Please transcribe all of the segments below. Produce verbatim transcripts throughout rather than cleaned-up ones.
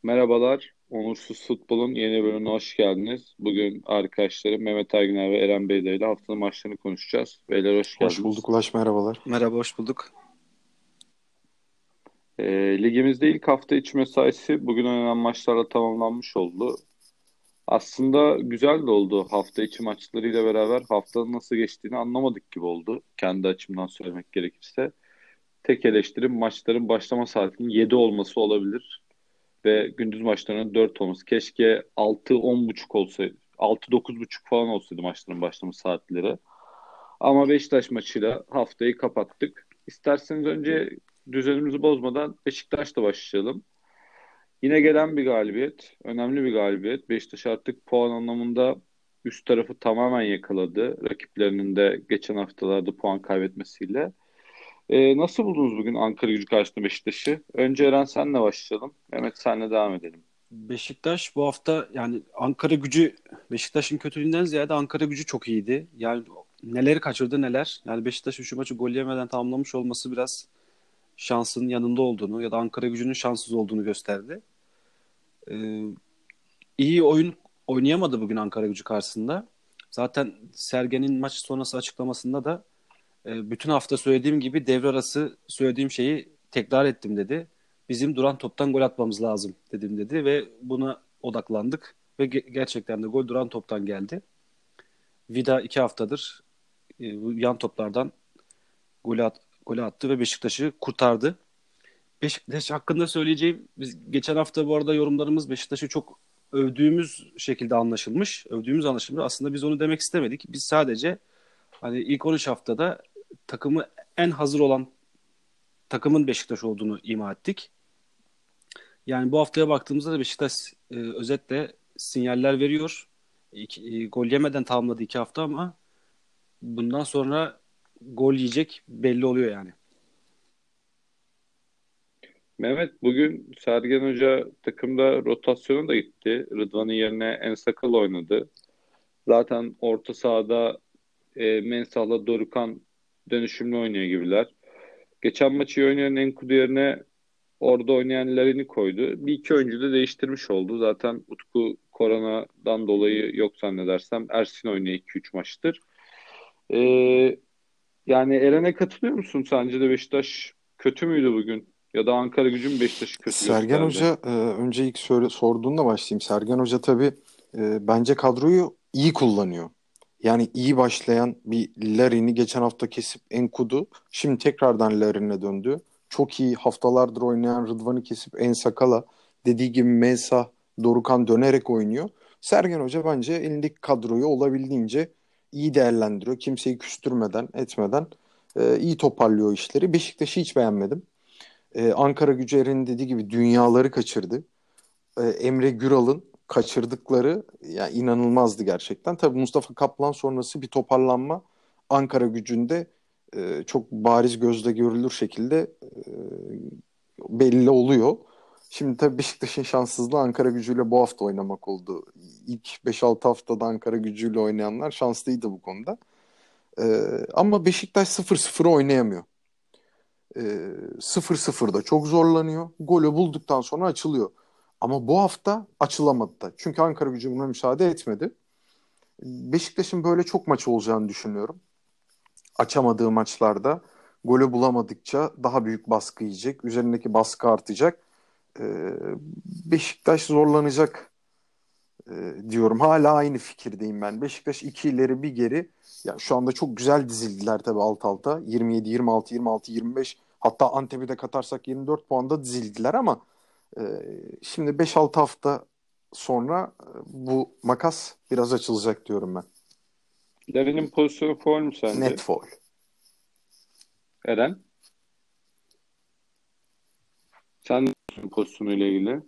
Merhabalar, Onursuz Futbol'un yeni bölümüne hoş geldiniz. Bugün arkadaşlarım Mehmet Aygüner ve Eren Beyler ile haftanın maçlarını konuşacağız. Beyler hoş Hoş geldiniz. bulduk Ulaş, merhabalar. Merhaba, hoş bulduk. Ee, ligimizde ilk hafta içi mesaisi bugün oynanan maçlarla tamamlanmış oldu. Aslında güzel de oldu. Hafta içi maçlarıyla beraber haftanın nasıl geçtiğini anlamadık gibi oldu. Kendi açımdan söylemek gerekirse. Tek eleştirim maçların başlama saatinin yedi olması olabilir. Ve gündüz maçlarının dört olması. Keşke altı on buçuk olsaydı. altı dokuz buçuk falan olsaydı maçların başlama saatleri. Ama Beşiktaş maçıyla haftayı kapattık. İsterseniz önce düzenimizi bozmadan Beşiktaş'la başlayalım. Yine gelen bir galibiyet. Önemli bir galibiyet. Beşiktaş artık puan anlamında üst tarafı tamamen yakaladı. Rakiplerinin de geçen haftalarda puan kaybetmesiyle. Ee, nasıl buldunuz bugün Ankara Gücü karşısında Beşiktaş'ı? Önce Eren senle başlayalım. Mehmet senle devam edelim. Beşiktaş bu hafta yani Ankara Gücü Beşiktaş'ın kötülüğünden ziyade Ankara Gücü çok iyiydi. Yani neleri kaçırdı neler. Yani Beşiktaş'ın şu maçı gol yemeden tamamlamış olması biraz şansın yanında olduğunu ya da Ankara Gücü'nün şanssız olduğunu gösterdi. Ee, iyi oyun oynayamadı bugün Ankara Gücü karşısında. Zaten Sergen'in maç sonrası açıklamasında da e, bütün hafta söylediğim gibi devre arası söylediğim şeyi tekrar ettim dedi. Bizim duran toptan gol atmamız lazım dedim dedi ve buna odaklandık ve ge- gerçekten de gol duran toptan geldi. Vida iki haftadır e, bu yan toplardan golü, at, golü attı ve Beşiktaş'ı kurtardı. Beşiktaş hakkında söyleyeceğim, biz geçen hafta bu arada yorumlarımız Beşiktaş'ı çok övdüğümüz şekilde anlaşılmış. Övdüğümüz anlaşılmış. Aslında biz onu demek istemedik. Biz sadece hani ilk on üç haftada takımı en hazır olan takımın Beşiktaş olduğunu ima ettik. Yani bu haftaya baktığımızda da Beşiktaş e, özetle sinyaller veriyor. İki, e, gol yemeden tamamladı iki hafta ama bundan sonra gol yiyecek belli oluyor yani. Mehmet bugün Sergen Hoca takımda rotasyona da gitti. Rıdvan'ın yerine Ensakal oynadı. Zaten orta sahada e, Mensah'la Dorukhan dönüşümlü oynuyor gibiler. Geçen maçı iyi oynayan Enkudu yerine orada oynayan Larin'i koydu. Bir iki oyuncu da değiştirmiş oldu. Zaten Utku koronadan dolayı yok zannedersem. Ersin oynuyor iki üç maçtır. E, Yani Eren'e katılıyor musun? Sence de Beşiktaş kötü müydü bugün? Ya da Ankara Gücü mü Beşiktaş'ı kötü Sergen gösterdi? Hoca, e, önce ilk söyle, sorduğunla başlayayım. Sergen Hoca tabii e, bence kadroyu iyi kullanıyor. Yani iyi başlayan bir Larin'i geçen hafta kesip Enkudu, şimdi tekrardan Larin'e döndü. Çok iyi haftalardır oynayan Rıdvan'ı kesip Ensakala, dediği gibi Mensah, Dorukhan dönerek oynuyor. Sergen Hoca bence elindeki kadroyu olabildiğince iyi değerlendiriyor. Kimseyi küstürmeden, etmeden e, iyi toparlıyor işleri. Beşiktaş'ı hiç beğenmedim. Ee, Ankara Gücü Eren'in dediği gibi dünyaları kaçırdı. Ee, Emre Güral'ın kaçırdıkları ya inanılmazdı gerçekten. Tabii Mustafa Kaplan sonrası bir toparlanma Ankara Gücü'nde e, çok bariz gözle görülür şekilde e, belli oluyor. Şimdi tabii Beşiktaş'ın şanssızlığı Ankara Gücü'yle bu hafta oynamak oldu. İlk beş altı haftada Ankara Gücü'yle oynayanlar şanslıydı bu konuda. Ee, ama Beşiktaş sıfır sıfır oynayamıyor. E, sıfır sıfırda çok zorlanıyor. Golü bulduktan sonra açılıyor. Ama bu hafta açılamadı da. Çünkü Ankara Gücü buna müsaade etmedi. Beşiktaş'ın böyle çok maç olacağını düşünüyorum. Açamadığı maçlarda golü bulamadıkça daha büyük baskı yiyecek. Üzerindeki baskı artacak. E, Beşiktaş zorlanacak e, diyorum. Hala aynı fikirdeyim ben. Beşiktaş iki ileri bir geri. Ya şu anda çok güzel dizildiler tabii alt alta. yirmi yedi, yirmi altı, yirmi altı, yirmi beş. Hatta Antep'i de katarsak yirmi dört puanda dizildiler ama e, şimdi beş altı hafta sonra e, bu makas biraz açılacak diyorum ben. Larin'in pozisyonu faul mü Net sence? faul. Eren, sen ne diyorsun pozisyonuyla ilgili?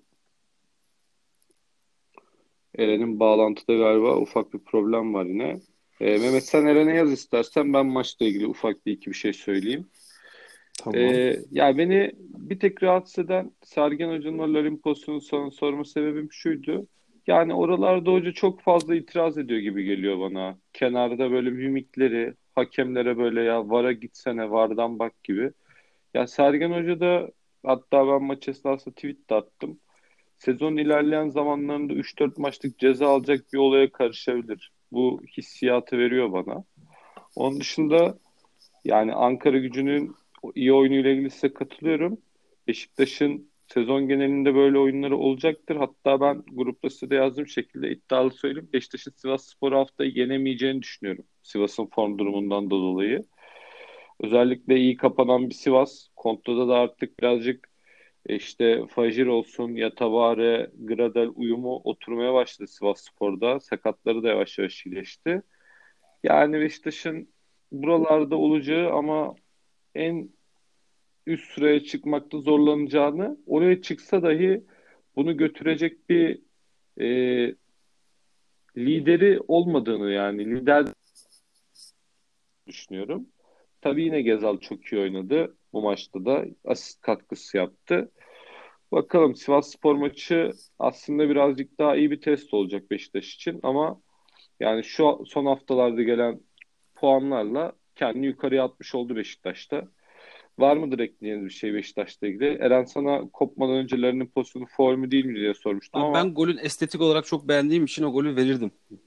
Eren'in bağlantıda galiba ufak bir problem var yine. Ee, Mehmet sen Eren'e yaz istersen ben maçla ilgili ufak bir iki bir şey söyleyeyim. Tamam. Ee, ya beni bir tek rahatsız eden Sergen Hoca'nın o Larin pozisyonu son- sorma sebebim şuydu. Yani oralarda hoca çok fazla itiraz ediyor gibi geliyor bana. Kenarda böyle mimikleri, hakemlere böyle ya VAR'a gitsene, VAR'dan bak gibi. Ya Sergen Hoca da hatta ben maç esnasında tweet de attım. sezon ilerleyen zamanlarında üç dört maçlık ceza alacak bir olaya karışabilir. Bu hissiyatı veriyor bana. Onun dışında yani Ankara Gücü'nün iyi oyunuyla ilgili size katılıyorum. Beşiktaş'ın sezon genelinde böyle oyunları olacaktır. Hatta ben grupta size de yazdığım şekilde iddialı söyleyeyim. Beşiktaş'ın Sivasspor haftayı yenemeyeceğini düşünüyorum. Sivas'ın form durumundan da dolayı. Özellikle iyi kapanan bir Sivas. Kontrada da artık birazcık e, işte Fajr olsun, Yatabare, Gradel uyumu oturmaya başladı Sivasspor'da. Sakatları da yavaş yavaş iyileşti. Yani Beşiktaş'ın buralarda olacağı ama en üst sıraya çıkmakta zorlanacağını, oraya çıksa dahi bunu götürecek bir e, lideri olmadığını yani lider düşünüyorum. Tabii yine Gezal çok iyi oynadı. Bu maçta da asist katkısı yaptı. Bakalım Sivasspor maçı aslında birazcık daha iyi bir test olacak Beşiktaş için ama yani şu son haftalarda gelen puanlarla kendini yukarıya atmış oldu Beşiktaş'ta. Var mıdır ekleyeceğiniz bir şey Beşiktaş'la ilgili? Eren sana kopmadan öncelerinin pozisyonu faul mü değil mi diye sormuştum Abi ama ben golün estetik olarak çok beğendiğim için o golü verirdim.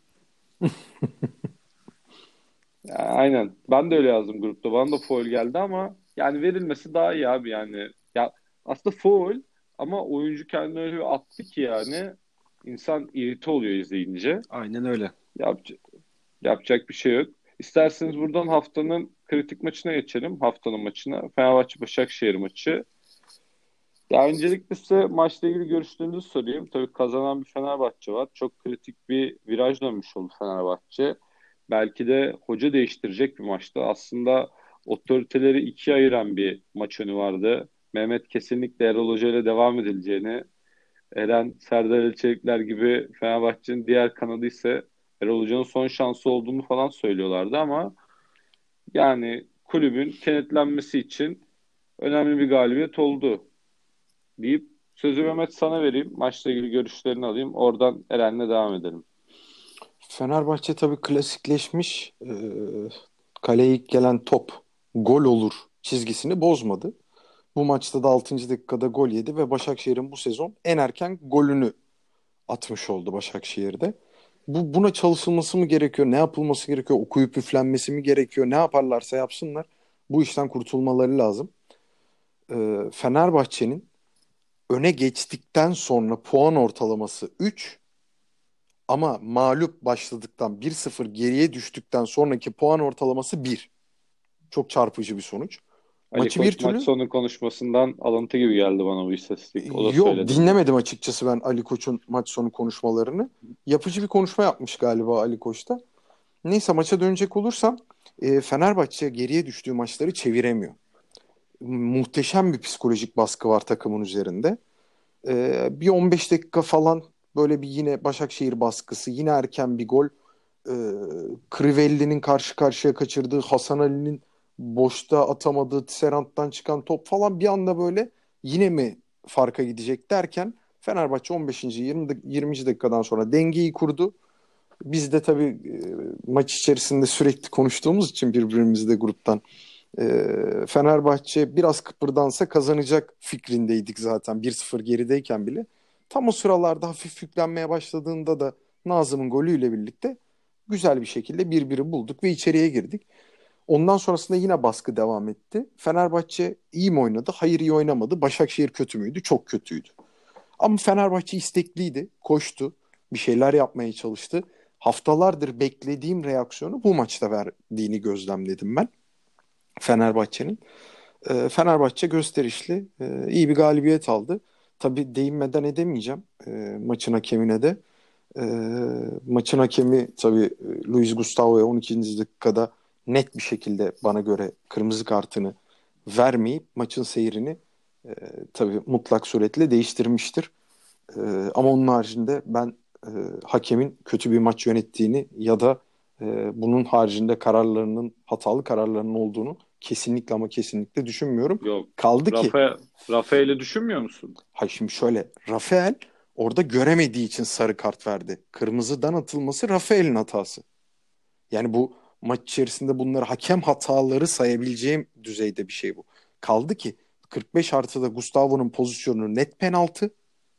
ya, aynen. Ben de öyle yazdım grupta. Bana da faul geldi ama yani verilmesi daha iyi abi yani. Ya aslında faul ama oyuncu kendini öyle bir attı ki yani insan irite oluyor izleyince. Aynen öyle. Yapacak, yapacak bir şey yok. İsterseniz buradan haftanın kritik maçına geçelim. Haftanın maçına. Fenerbahçe-Başakşehir maçı. Ya öncelikle size maçla ilgili görüşlerinizi sorayım. Tabii kazanan bir Fenerbahçe var. Çok kritik bir viraj dönmüş oldu Fenerbahçe. Belki de hoca değiştirecek bir maçtı. Aslında otoriteleri ikiye ayıran bir maç önü vardı. Mehmet kesinlikle Erol Hoca ile devam edileceğini, Eren, Serdar Elçelikler gibi Fenerbahçe'nin diğer kanadı ise Erol Hoca'nın son şansı olduğunu falan söylüyorlardı ama yani kulübün kenetlenmesi için önemli bir galibiyet oldu deyip sözü Mehmet sana vereyim. Maçla ilgili görüşlerini alayım. Oradan Eren'le devam edelim. Fenerbahçe tabii klasikleşmiş. E, kaleye ilk gelen top gol olur çizgisini bozmadı. Bu maçta da altıncı dakikada gol yedi ve Başakşehir'in bu sezon en erken golünü atmış oldu Başakşehir'de. Bu buna çalışılması mı gerekiyor? Ne yapılması gerekiyor? Okuyup üflenmesi mi gerekiyor? Ne yaparlarsa yapsınlar. Bu işten kurtulmaları lazım. Ee, Fenerbahçe'nin öne geçtikten sonra puan ortalaması üç ama mağlup başladıktan bir sıfır geriye düştükten sonraki puan ortalaması bir. Çok çarpıcı bir sonuç. Ali Maçı bir Koç maç türlü sonu konuşmasından alıntı gibi geldi bana bu istatistik. O da yok, söyledi bunu. dinlemedim açıkçası ben Ali Koç'un maç sonu konuşmalarını. Yapıcı bir konuşma yapmış galiba Ali Koç da. Neyse maça dönecek olursam e, Fenerbahçe geriye düştüğü maçları çeviremiyor. Muhteşem bir psikolojik baskı var takımın üzerinde. E, bir on beş dakika falan böyle bir yine Başakşehir baskısı, yine erken bir gol. E, Crivelli'nin karşı karşıya kaçırdığı, Hasan Ali'nin boşta atamadığı, Tisserant'tan çıkan top falan bir anda böyle yine mi farka gidecek derken Fenerbahçe on beşinci. yirmi, yirminci dakikadan sonra dengeyi kurdu. Biz de tabii e, maç içerisinde sürekli konuştuğumuz için birbirimizle gruptan e, Fenerbahçe biraz kıpırdansa kazanacak fikrindeydik zaten bir sıfır gerideyken bile. Tam o sıralarda hafif yüklenmeye başladığında da Nazım'ın golüyle birlikte güzel bir şekilde bir biri bulduk ve içeriye girdik. Ondan sonrasında yine baskı devam etti. Fenerbahçe iyi mi oynadı? Hayır, iyi oynamadı. Başakşehir kötü müydü? Çok kötüydü. Ama Fenerbahçe istekliydi, koştu, bir şeyler yapmaya çalıştı. Haftalardır beklediğim reaksiyonu bu maçta verdiğini gözlemledim ben Fenerbahçe'nin. E, Fenerbahçe gösterişli, e, iyi bir galibiyet aldı. Tabii değinmeden edemeyeceğim e, maçın hakemine de. E, maçın hakemi tabii e, Luis Gustavo'ya on ikinci dakikada net bir şekilde bana göre kırmızı kartını vermeyip maçın seyrini e, tabii mutlak suretle değiştirmiştir. Ee, ama onun haricinde ben e, hakemin kötü bir maç yönettiğini ya da e, bunun haricinde kararlarının hatalı kararlarının olduğunu kesinlikle ama kesinlikle düşünmüyorum. Yok. Kaldı ki Rafa, Rafael'i düşünmüyor musun? hay şimdi şöyle, Rafael orada göremediği için sarı kart verdi. Kırmızıdan atılması Rafael'in hatası. Yani bu maç içerisinde bunları hakem hataları sayabileceğim düzeyde bir şey bu. Kaldı ki kırk beş artıda Gustavo'nun pozisyonu net penaltı.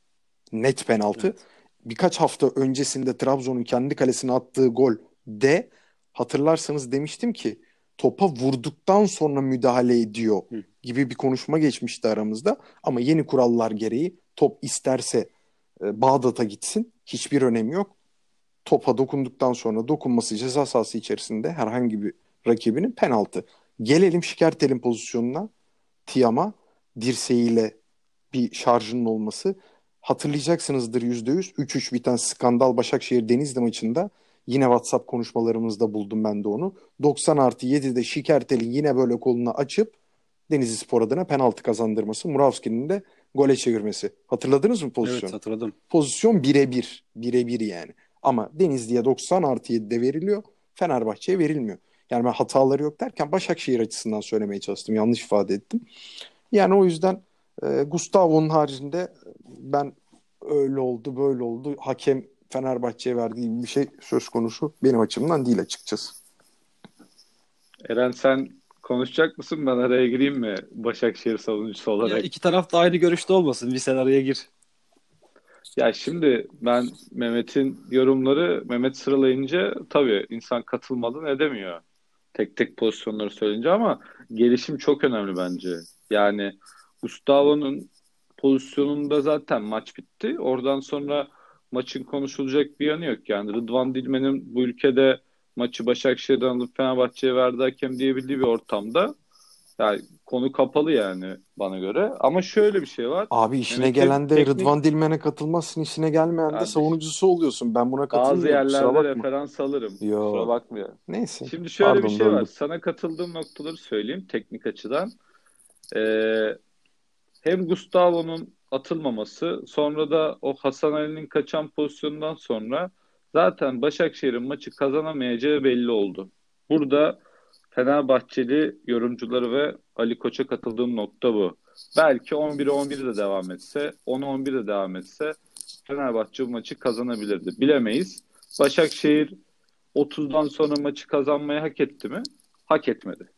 Net penaltı. Evet. Birkaç hafta öncesinde Trabzon'un kendi kalesine attığı gol de hatırlarsanız demiştim ki topa vurduktan sonra müdahale ediyor Hı. gibi bir konuşma geçmişti aramızda. Ama yeni kurallar gereği top isterse e, Bağdat'a gitsin, hiçbir önemi yok. Topa dokunduktan sonra dokunması ceza sahası içerisinde herhangi bir rakibinin penaltı. Gelelim Şikertel'in pozisyonuna. Tiam'a dirseğiyle bir şarjının olması. Hatırlayacaksınızdır yüzde yüz. üç üç biten skandal Başakşehir Denizli maçında yine WhatsApp konuşmalarımızda buldum ben de onu. doksan artı yedide Şikertel'in yine böyle kolunu açıp Denizli Spor adına penaltı kazandırması. Muravski'nin de gole çevirmesi. Hatırladınız mı Evet, pozisyonu? hatırladım. Pozisyon birebir. Birebir yani. Ama Denizli'ye doksan artı yedide veriliyor. Fenerbahçe'ye verilmiyor. Yani ben hataları yok derken Başakşehir açısından söylemeye çalıştım. Yanlış ifade ettim. Yani o yüzden e, Gustavo'nun haricinde ben öyle oldu böyle oldu hakem Fenerbahçe'ye verdiği gibi bir şey söz konusu benim açımdan değil açıkçası. Eren sen konuşacak mısın? Ben araya gireyim mi Başakşehir savunucusu Ya olarak? iki taraf da aynı görüşte olmasın. Bir sen araya gir. Ya şimdi ben Mehmet'in yorumları Mehmet sıralayınca tabii insan katılmadan edemiyor. Tek tek pozisyonları söyleyince ama gelişim çok önemli bence. Yani Gustavo'nun pozisyonunda zaten maç bitti. Oradan sonra maçın konuşulacak bir yanı yok. Yani Rıdvan Dilmen'in bu ülkede maçı Başakşehir'den alıp Fenerbahçe'ye verdi hakem diyebildiği bir ortamda yani konu kapalı yani bana göre. Ama şöyle bir şey var. Abi işine Mehmet'in gelen de teknik Rıdvan Dilmen'e katılmazsın, işine gelmeyen de kardeşim savunucusu oluyorsun. Ben buna bazı katılmıyorum, kusura yerlerde bakma. referans alırım. Kusura Yo, bakma. neyse, Şimdi şöyle bir pardon şey var. böldüm. Sana katıldığım noktaları söyleyeyim teknik açıdan. Ee, hem Gustavo'nun atılmaması, sonra da o Hasan Ali'nin kaçan pozisyonundan sonra zaten Başakşehir'in maçı kazanamayacağı belli oldu. Burada Fenerbahçeli yorumcuları ve Ali Koç'a katıldığım nokta bu. Belki on bire on bir de devam etse, ona on bir de devam etse Fenerbahçe bu maçı kazanabilirdi. Bilemeyiz. Başakşehir otuzdan sonra maçı kazanmayı hak etti mi? Hak etmedi.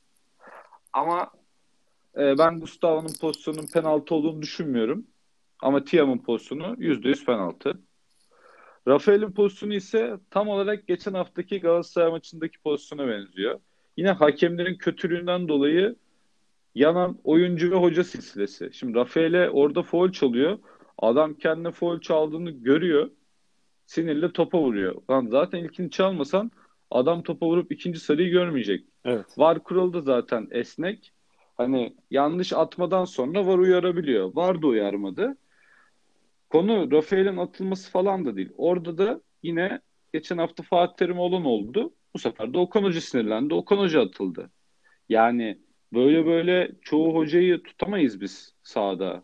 Ama e, ben Gustavo'nun pozisyonunun penaltı olduğunu düşünmüyorum. Ama Tiam'ın pozisyonu yüzde yüz penaltı. Rafael'in pozisyonu ise tam olarak geçen haftaki Galatasaray maçındaki pozisyona benziyor. Yine hakemlerin kötülüğünden dolayı yanan oyuncu ve hoca silsilesi. Şimdi Rafael'e orada faul çalıyor. Adam kendine faul çaldığını görüyor. Sinirle topa vuruyor. Lan zaten ilkini çalmasan adam topa vurup ikinci sarıyı görmeyecek. Evet. VAR kuralı da zaten esnek. Hani yanlış atmadan sonra VAR uyarabiliyor. VAR da uyarmadı. Konu Rafael'in atılması falan da değil. Orada da yine geçen hafta Fatih Terim olan oldu. Bu sefer de Okan Hoca sinirlendi. Okan Hoca atıldı. Yani böyle böyle çoğu hocayı tutamayız biz sahada.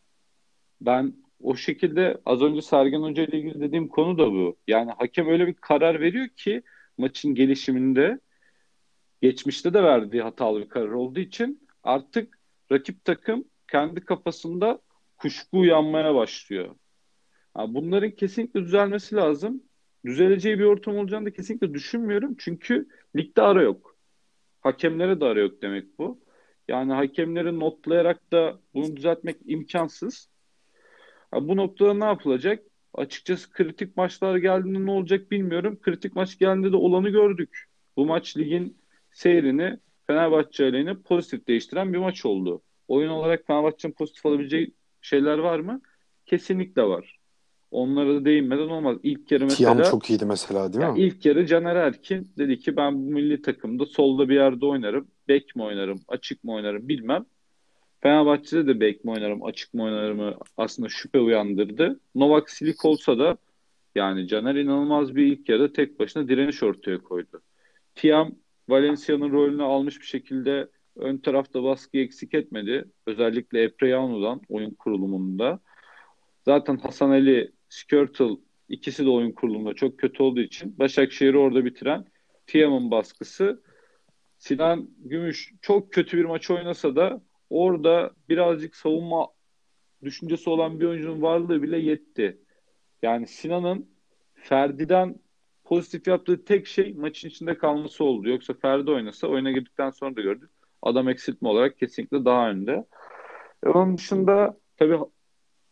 Ben o şekilde az önce Sergen Hoca ile ilgili dediğim konu da bu. Yani hakem öyle bir karar veriyor ki maçın gelişiminde geçmişte de verdiği hatalı bir karar olduğu için artık rakip takım kendi kafasında kuşku uyanmaya başlıyor. Ha, bunların kesinlikle düzelmesi lazım. Düzeleceği bir ortam olacağını da kesinlikle düşünmüyorum. Çünkü ligde ara yok. Hakemlere de ara yok demek bu. Yani hakemleri notlayarak da bunu düzeltmek imkansız. Ha, bu noktada ne yapılacak? Açıkçası kritik maçlar geldiğinde ne olacak bilmiyorum. Kritik maç geldiğinde de olanı gördük. Bu maç ligin seyrini Fenerbahçe aleyhine pozitif değiştiren bir maç oldu. Oyun olarak Fenerbahçe'nin pozitif alabileceği şeyler var mı? Kesinlikle var. Onlara da değinmeden olmaz. İlk yarı Tiam mesela çok iyiydi mesela, değil ya mi? ilk yarı Caner Erkin dedi ki ben bu milli takımda solda bir yerde oynarım. Bek mi oynarım, açık mı oynarım bilmem. Fenerbahçe'de de bek mi oynarım, açık mı oynarım aslında şüphe uyandırdı. Novak Silik olsa da yani Caner inanılmaz bir ilk yarıda tek başına direniş ortaya koydu. Tiam Valencia'nın rolünü almış bir şekilde ön tarafta baskıyı eksik etmedi. Özellikle Epreano'dan oyun kurulumunda. Zaten Hasan Ali, Skirtle ikisi de oyun kurulumunda çok kötü olduğu için Başakşehir'i orada bitiren Tiam'ın baskısı. Sinan Gümüş çok kötü bir maç oynasa da orada birazcık savunma düşüncesi olan bir oyuncunun varlığı bile yetti. Yani Sinan'ın Ferdi'den pozitif yaptığı tek şey maçın içinde kalması oldu. Yoksa Ferdi oynasa oyuna girdikten sonra da gördük. Adam eksiltme olarak kesinlikle daha önde. E, Onun dışında tabii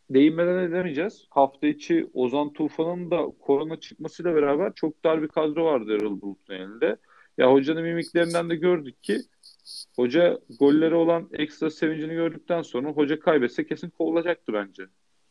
değinmeden edemeyeceğiz. Hafta içi Ozan Tufan'ın da korona çıkmasıyla beraber çok dar bir kadro vardı Erol Bulut'un elinde. Ya hocanın mimiklerinden de gördük ki hoca golleri olan ekstra sevincini gördükten sonra hoca kaybetse kesin kovulacaktı bence.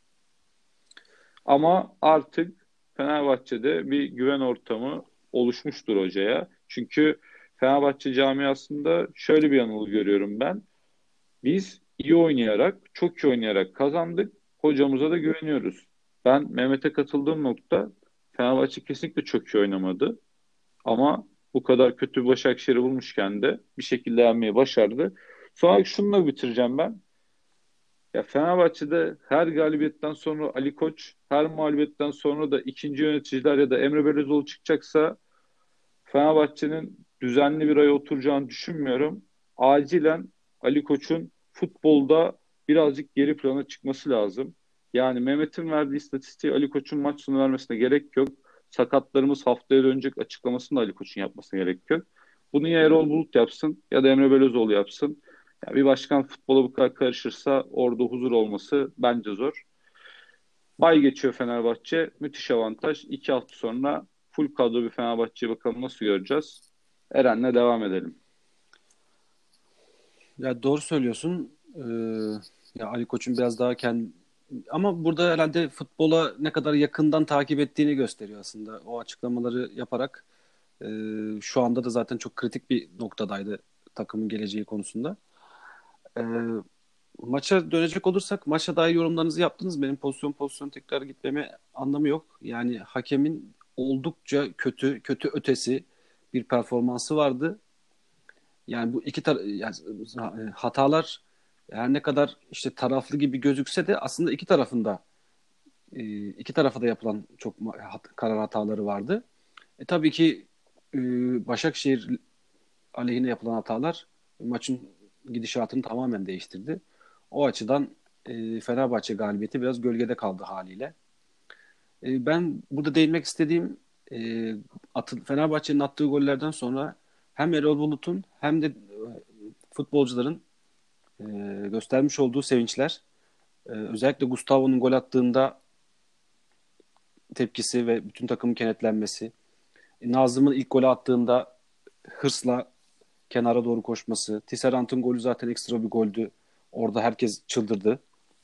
Ama artık Fenerbahçe'de bir güven ortamı oluşmuştur hocaya. Çünkü Fenerbahçe camiasında şöyle bir yanılgı görüyorum ben. Biz iyi oynayarak, çok iyi oynayarak kazandık. Hocamıza da güveniyoruz. Ben Mehmet'e katıldığım nokta Fenerbahçe kesinlikle çok iyi oynamadı. Ama bu kadar kötü bir Başakşehir'i bulmuşken de bir şekilde yenmeyi başardı. Sonra şununla bitireceğim ben. Ya Fenerbahçe'de her galibiyetten sonra Ali Koç, her mağlubiyetten sonra da ikinci yöneticiler ya da Emre Belözoğlu çıkacaksa Fenerbahçe'nin düzenli bir aya oturacağını düşünmüyorum. Acilen Ali Koç'un futbolda birazcık geri plana çıkması lazım. Yani Mehmet'in verdiği istatistiği Ali Koç'un maç sonu vermesine gerek yok. Sakatlarımız haftaya dönecek açıklamasını da Ali Koç'un yapmasına gerek yok. Bunu ya Erol Bulut yapsın ya da Emre Belözoğlu yapsın. Ya bir başkan futbola bu kadar karışırsa orada huzur olması bence zor. Bay geçiyor Fenerbahçe. Müthiş avantaj. İki hafta sonra full kadro bir Fenerbahçe'yi bakalım nasıl göreceğiz. Eren'le devam edelim. Ya doğru söylüyorsun. Ee, ya Ali Koç'un biraz daha kendi ama burada herhalde futbola ne kadar yakından takip ettiğini gösteriyor aslında. O açıklamaları yaparak e, şu anda da zaten çok kritik bir noktadaydı takımın geleceği konusunda. E, maça dönecek olursak maça dair yorumlarınızı yaptınız. Benim pozisyon pozisyon tekrar gitmeme anlamı yok. Yani hakemin oldukça kötü, kötü ötesi bir performansı vardı. Yani bu iki tar- yani hatalar her ne kadar işte taraflı gibi gözükse de aslında iki tarafında e, iki tarafa da yapılan çok hat- karar hataları vardı. E, tabii ki e, Başakşehir aleyhine yapılan hatalar maçın gidişatını tamamen değiştirdi. O açıdan e, Fenerbahçe galibiyeti biraz gölgede kaldı haliyle. E, ben burada değinmek istediğim e, atı, Fenerbahçe'nin attığı gollerden sonra hem Erol Bulut'un hem de e, futbolcuların e, göstermiş olduğu sevinçler, e, özellikle Gustavo'nun gol attığında tepkisi ve bütün takımın kenetlenmesi, e, Nazım'ın ilk golü attığında hırsla kenara doğru koşması, Tisserant'ın golü zaten ekstra bir goldü. Orada herkes çıldırdı.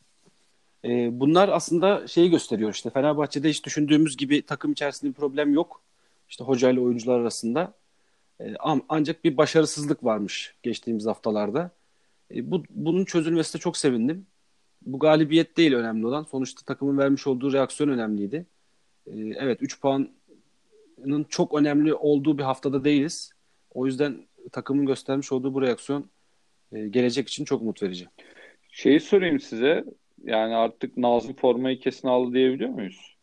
E, bunlar aslında şeyi gösteriyor işte Fenerbahçe'de hiç düşündüğümüz gibi takım içerisinde bir problem yok. İşte hoca ile oyuncular arasında. E, ancak bir başarısızlık varmış geçtiğimiz haftalarda. E, bu bunun çözülmesine çok sevindim. Bu galibiyet değil önemli olan. Sonuçta takımın vermiş olduğu reaksiyon önemliydi. E, evet üç puanın çok önemli olduğu bir haftada değiliz. O yüzden takımın göstermiş olduğu bu reaksiyon e, gelecek için çok umut verici. Şeyi sorayım size. Yani artık Nazım formayı kesin aldı diyebiliyor muyuz?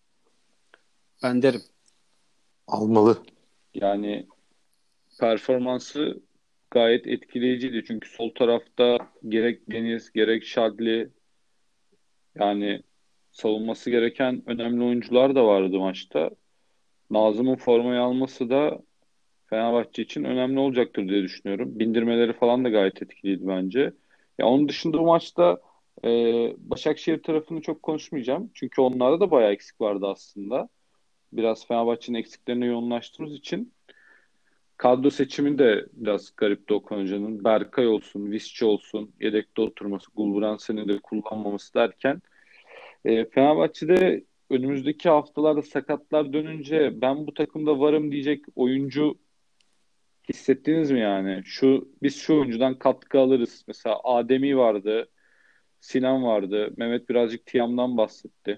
Ben derim. Almalı. Yani performansı gayet etkileyiciydi. Çünkü sol tarafta gerek Deniz gerek Şadli yani savunması gereken önemli oyuncular da vardı maçta. Nazım'ın formayı alması da Fenerbahçe için önemli olacaktır diye düşünüyorum. Bindirmeleri falan da gayet etkiliydi bence. Ya onun dışında bu maçta e, Başakşehir tarafını çok konuşmayacağım. Çünkü onlarda da bayağı eksik vardı aslında. Biraz Fenerbahçe'nin eksiklerine yoğunlaştığımız için kadro seçimi de biraz garipti Okan Hoca'nın. Berkay olsun, Visca olsun, yedekte oturması, Gulbrandsen'i de kullanmaması derken e, Fenerbahçe'de önümüzdeki haftalarda sakatlar dönünce ben bu takımda varım diyecek oyuncu hissettiniz mi yani? Şu biz şu oyuncudan katkı alırız. Mesela Ademi vardı, Sinan vardı. Mehmet birazcık Tiam'dan bahsetti.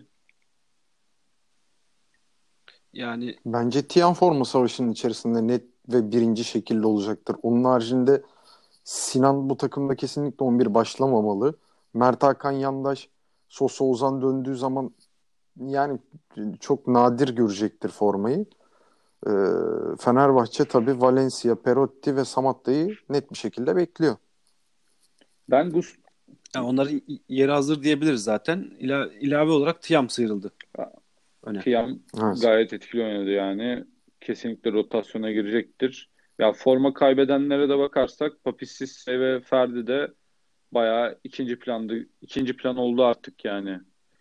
Yani Bence Tiyan forma savaşının içerisinde net ve birinci şekilde olacaktır. Onun haricinde Sinan bu takımda kesinlikle on bir başlamamalı. Mert Hakan Yandaş, Sosa Ozan döndüğü zaman yani çok nadir görecektir formayı. Ee, Fenerbahçe tabii Valencia, Perotti ve Samatta'yı net bir şekilde bekliyor. Ben Gus yani onların yeri hazır diyebiliriz zaten. İla, ilave olarak Tiam sıyrıldı öne. Tiam Evet. gayet etkili oynadı yani. Kesinlikle rotasyona girecektir. Ya forma kaybedenlere de bakarsak Papi ve Ferdi de bayağı ikinci plandı. İkinci plan oldu artık yani.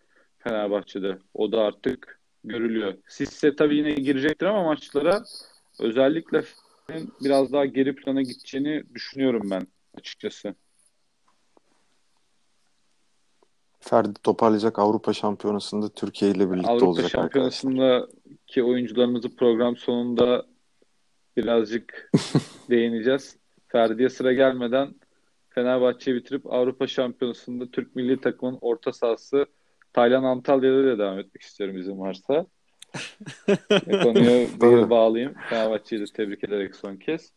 Fenerbahçe'de. O da artık görülüyor. Sisse tabii yine girecektir ama maçlara özellikle Fener'in biraz daha geri plana gideceğini düşünüyorum ben açıkçası. Ferdi toparlayacak, Avrupa Şampiyonası'nda Türkiye ile birlikte Avrupa olacak arkadaşlar. Şampiyonası'ndaki oyuncularımızı program sonunda birazcık değineceğiz. Ferdi'ye sıra gelmeden Fenerbahçe'yi bitirip Avrupa Şampiyonası'nda Türk milli takımın orta sahası Taylan Antalya'da da devam etmek istiyorum izin varsa. E, konuyu böyle Tabii. bağlayayım. Fenerbahçe'yi de tebrik ederek son kez.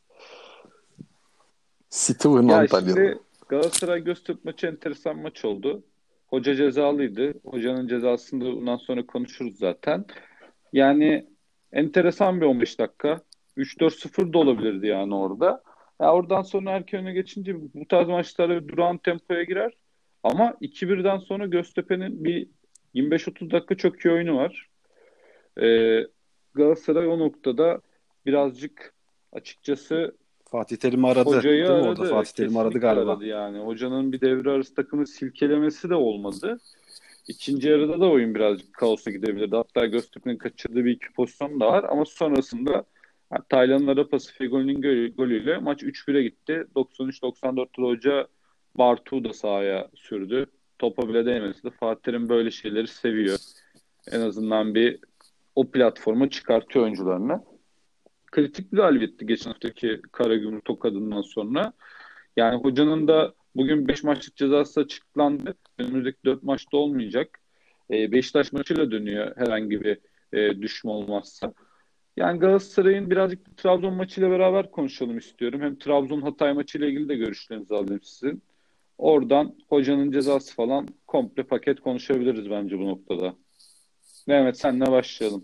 Steven Ya Antalya'da. şimdi Galatasaray Göztepe maçı enteresan maç oldu. Hoca cezalıydı. Hocanın cezasını da bundan sonra konuşuruz zaten. Yani enteresan bir on beş dakika. üç dört sıfır da olabilirdi yani orada. Ya oradan sonra erken öne geçince bu tarz maçlarda bir durağan tempoya girer. Ama iki birden sonra Göztepe'nin bir yirmi beş otuz dakika çok iyi oyunu var. Ee, Galatasaray o noktada birazcık açıkçası Fatih Terim aradı hocayı değil mi orada? aradı. Fatih Terim aradı Kesinlikle galiba. aradı yani. Hocanın bir devre arası takımı silkelemesi de olmadı. İkinci yarıda da oyun birazcık kaosa gidebilirdi. Hatta Göztepe'nin kaçırdığı bir iki pozisyon da var. Ama sonrasında yani Taylan'ın ara pası Fegoli'nin golü- golüyle maç üç bire gitti. doksan üç doksan dörtte hoca Bartu'yu da sahaya sürdü. Topa bile değmesi de Fatih Terim böyle şeyleri seviyor. En azından bir o platforma çıkartıyor oyuncularını. Kritik bir galibiyetti geçen haftaki Karagümrük tokadından sonra. Yani hocanın da bugün beş maçlık cezası açıklandı. Önümüzdeki dört maçta olmayacak. E, Beşiktaş maçıyla dönüyor herhangi bir e, düşme olmazsa. Yani Galatasaray'ın birazcık Trabzon maçıyla beraber konuşalım istiyorum. Hem Trabzon Hatay maçıyla ilgili de görüşlerinizi alayım sizin. Oradan hocanın cezası falan komple paket konuşabiliriz bence bu noktada. Mehmet senle başlayalım.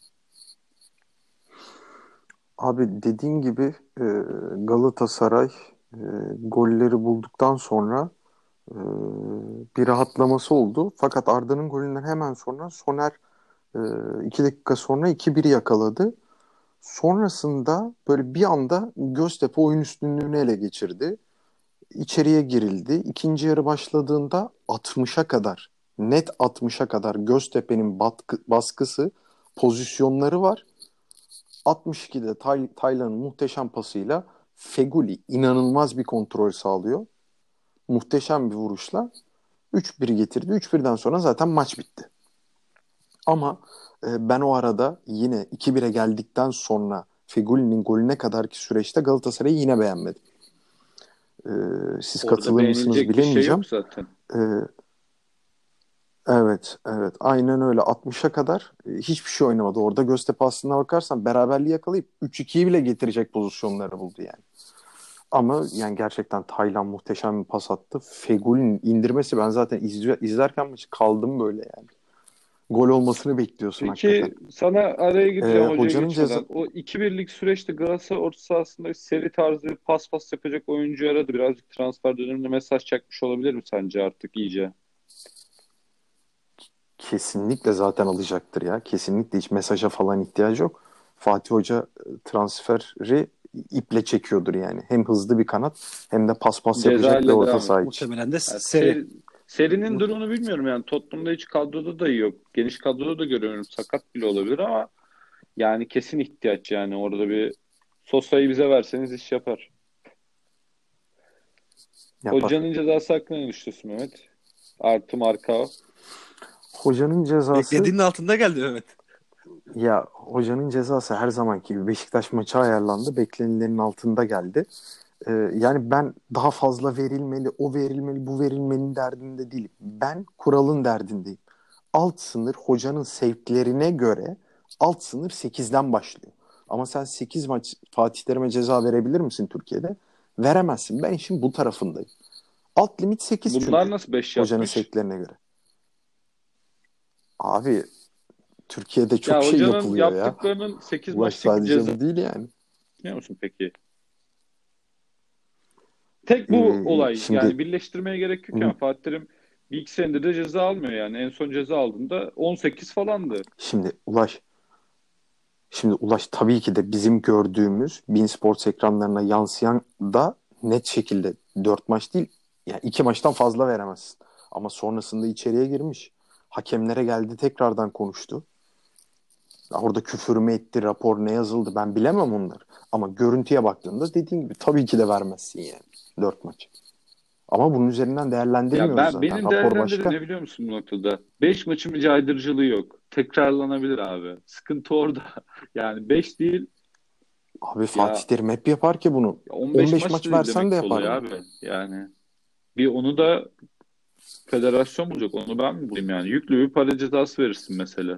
Abi dediğin gibi e, Galatasaray e, golleri bulduktan sonra e, bir rahatlaması oldu. Fakat Arda'nın golünden hemen sonra Soner e, iki dakika sonra iki biri yakaladı. Sonrasında böyle bir anda Göztepe oyun üstünlüğünü ele geçirdi. İçeriye girildi. İkinci yarı başladığında altmışa kadar, net altmışa kadar Göztepe'nin batkı, baskısı, pozisyonları var. altmış ikide Tay, Taylan'ın muhteşem pasıyla Feguli inanılmaz bir kontrol sağlıyor. Muhteşem bir vuruşla üç bir getirdi. üç birden sonra zaten maç bitti. Ama e, ben o arada yine iki bire geldikten sonra Feguli'nin golüne kadarki süreçte Galatasaray'ı yine beğenmedim. E, siz Orada katılır mısınız beğenilecek bir şey bilemeyeceğim. yok zaten. E, evet, evet. Aynen öyle. altmışa kadar e, hiçbir şey oynamadı. Orada Göztepe aslına bakarsan beraberliği yakalayıp üç ikiyi bile getirecek pozisyonları buldu yani. Ama yani gerçekten Taylan muhteşem bir pas attı. Fegül'ün indirmesi ben zaten izliyor, izlerken maçı kaldım böyle yani. Gol olmasını bekliyorsun hakikaten. Peki sana araya Ee, gireceğim hocaya hocanın ceza... geçmeden. O iki birlik süreçte Galatasaray orta sahasında bir seri tarzı bir pas pas yapacak oyuncu aradı. Birazcık transfer döneminde mesaj çakmış olabilir mi sence artık iyice? Kesinlikle zaten alacaktır ya. Kesinlikle hiç mesaja falan ihtiyacı yok. Fatih Hoca e, transferi iple çekiyordur yani. Hem hızlı bir kanat hem de pas pas Ceza yapacak bir ile orta devam et. saha için. Muhtemelen de Yani seri. seri, serinin Muht- durumunu bilmiyorum yani. Tottenham'da hiç kadroda da yok. Geniş kadroda da görüyorum. Sakat bile olabilir ama yani kesin ihtiyaç yani. Orada bir Sosa'yı bize verseniz iş yapar. Yapar. Hocanın cezası hakkında ne düşünüyorsun Mehmet? Artı Marka. Hocanın cezası Beklediğinin altında geldi Mehmet. ya hocanın cezası her zamanki gibi Beşiktaş maçı ayarlandı. Beklenilenin altında geldi. Ee, yani ben daha fazla verilmeli, o verilmeli, bu verilmenin derdinde değilim. Ben kuralın derdindeyim. Alt sınır hocanın sevklerine göre alt sınır sekizden başlıyor. Ama sen sekiz maç Fatih Terim'e ceza verebilir misin Türkiye'de? Veremezsin. Ben işin bu tarafındayım. Alt limit sekiz Bunlar çünkü nasıl beş hocanın yapmış? sevklerine göre. Abi Türkiye'de çok Ya şey hocanın yapılıyor ya. yaptıklarının sekiz Ulaş maçlık bir sadece ceza bu değil yani. biliyor musun peki? Tek bu Ee, olay şimdi yani birleştirmeye gerek yok yani Fatih Terim bir iki senedir de ceza almıyor yani. En son ceza aldığında on sekiz falandı. şimdi Ulaş Şimdi Ulaş tabii ki de bizim gördüğümüz beIN Sports ekranlarına yansıyan da net şekilde dört maç değil yani iki maçtan fazla veremezsin. Ama sonrasında içeriye girmiş. Hakemlere geldi, tekrardan konuştu. Orada küfür mü etti, rapor ne yazıldı ben bilemem onları. Ama görüntüye baktığında dediğin gibi tabii ki de vermezsin yani dört maç. Ama bunun üzerinden Ya değerlendirmiyoruz ben zaten. benim Rapor değerlendirdiğim başka. ne biliyor musun bu noktada? Beş maçın bir caydırıcılığı yok. Tekrarlanabilir abi. Sıkıntı orada. Yani beş değil Abi Fatih ya, Terim hep yapar ki bunu. on beş on beş maç da maç değil versen de demek ki yapar oluyor bunu. abi. Yani bir onu da federasyon bulacak. Onu ben mi bulayım yani? Yüklü bir para cezası verirsin mesela.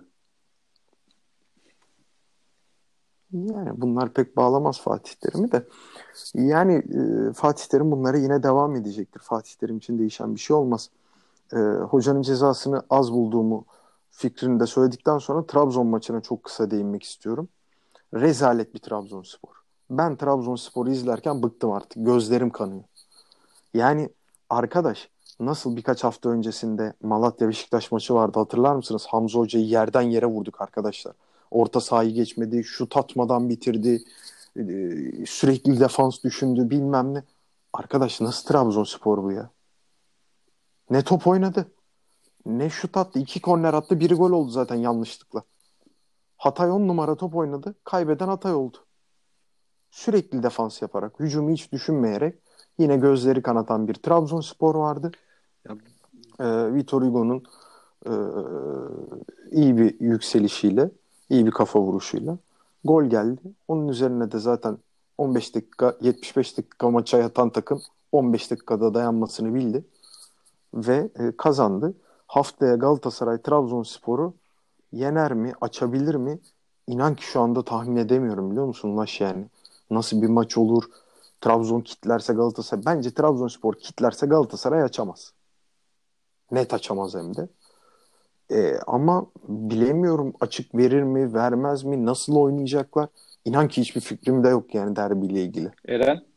Yani bunlar pek bağlamaz Fatih Terim'i de. Yani e, Fatih Terim bunlara yine devam edecektir. Fatih Terim için değişen bir şey olmaz. E, hocanın cezasını az bulduğumu fikrini de söyledikten sonra Trabzon maçına çok kısa değinmek istiyorum. Rezalet bir Trabzonspor. Ben Trabzonspor'u izlerken bıktım artık. Gözlerim kanıyor. Yani arkadaş, nasıl birkaç hafta öncesinde Malatya Beşiktaş maçı vardı, hatırlar mısınız? Hamza Hoca'yı yerden yere vurduk arkadaşlar. Orta sahayı geçmedi, şut atmadan bitirdi. Ee, Sürekli defans düşündü bilmem ne. Arkadaş, nasıl Trabzonspor bu ya? Ne top oynadı, ne şut attı. İki korner attı, biri gol oldu zaten yanlışlıkla. Hatay on numara top oynadı. Kaybeden Hatay oldu. Sürekli defans yaparak, hücumu hiç düşünmeyerek yine gözleri kanatan bir Trabzonspor vardı. Ya, Ee, Vitor Hugo'nun e, iyi bir yükselişiyle, iyi bir kafa vuruşuyla gol geldi. Onun üzerine de zaten on beş dakika, yetmiş beş dakika maça yatan takım on beş dakikada dayanmasını bildi ve e, kazandı. Haftaya Galatasaray Trabzonspor'u yener mi, açabilir mi? İnan ki şu anda tahmin edemiyorum, biliyor musun Ulaş yani? Nasıl bir maç olur? Trabzon kitlerse Galatasaray. Bence Trabzonspor kitlerse Galatasaray açamaz. Net açamaz hem de. E, ama bilemiyorum, açık verir mi, vermez mi, nasıl oynayacaklar? İnan ki hiçbir fikrim de yok yani derbiyle ilgili. Eren?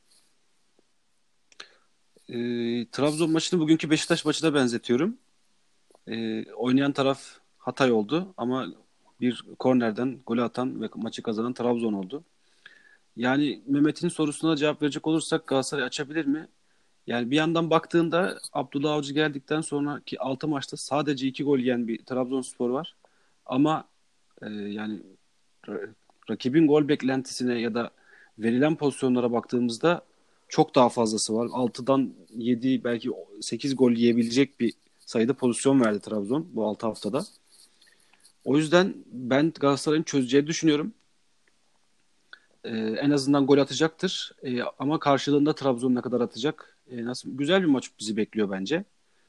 e, Trabzon maçını bugünkü Beşiktaş maçına benzetiyorum. E, oynayan taraf Hatay oldu ama bir kornerden golü atan ve maçı kazanan Trabzon oldu. Yani Mehmet'in sorusuna cevap verecek olursak Galatasaray açabilir mi? Yani bir yandan baktığında Abdullah Avcı geldikten sonraki altı maçta sadece iki gol yiyen bir Trabzonspor var. Ama e, yani ra- rakibin gol beklentisine ya da verilen pozisyonlara baktığımızda çok daha fazlası var. altıdan yedi belki sekiz gol yiyebilecek bir sayıda pozisyon verdi Trabzon bu altı haftada. O yüzden ben Galatasaray'ın çözeceğini düşünüyorum. Ee, en azından gol atacaktır. Ee, ama karşılığında Trabzon ne kadar atacak? Ee, nasıl güzel bir maç bizi bekliyor bence.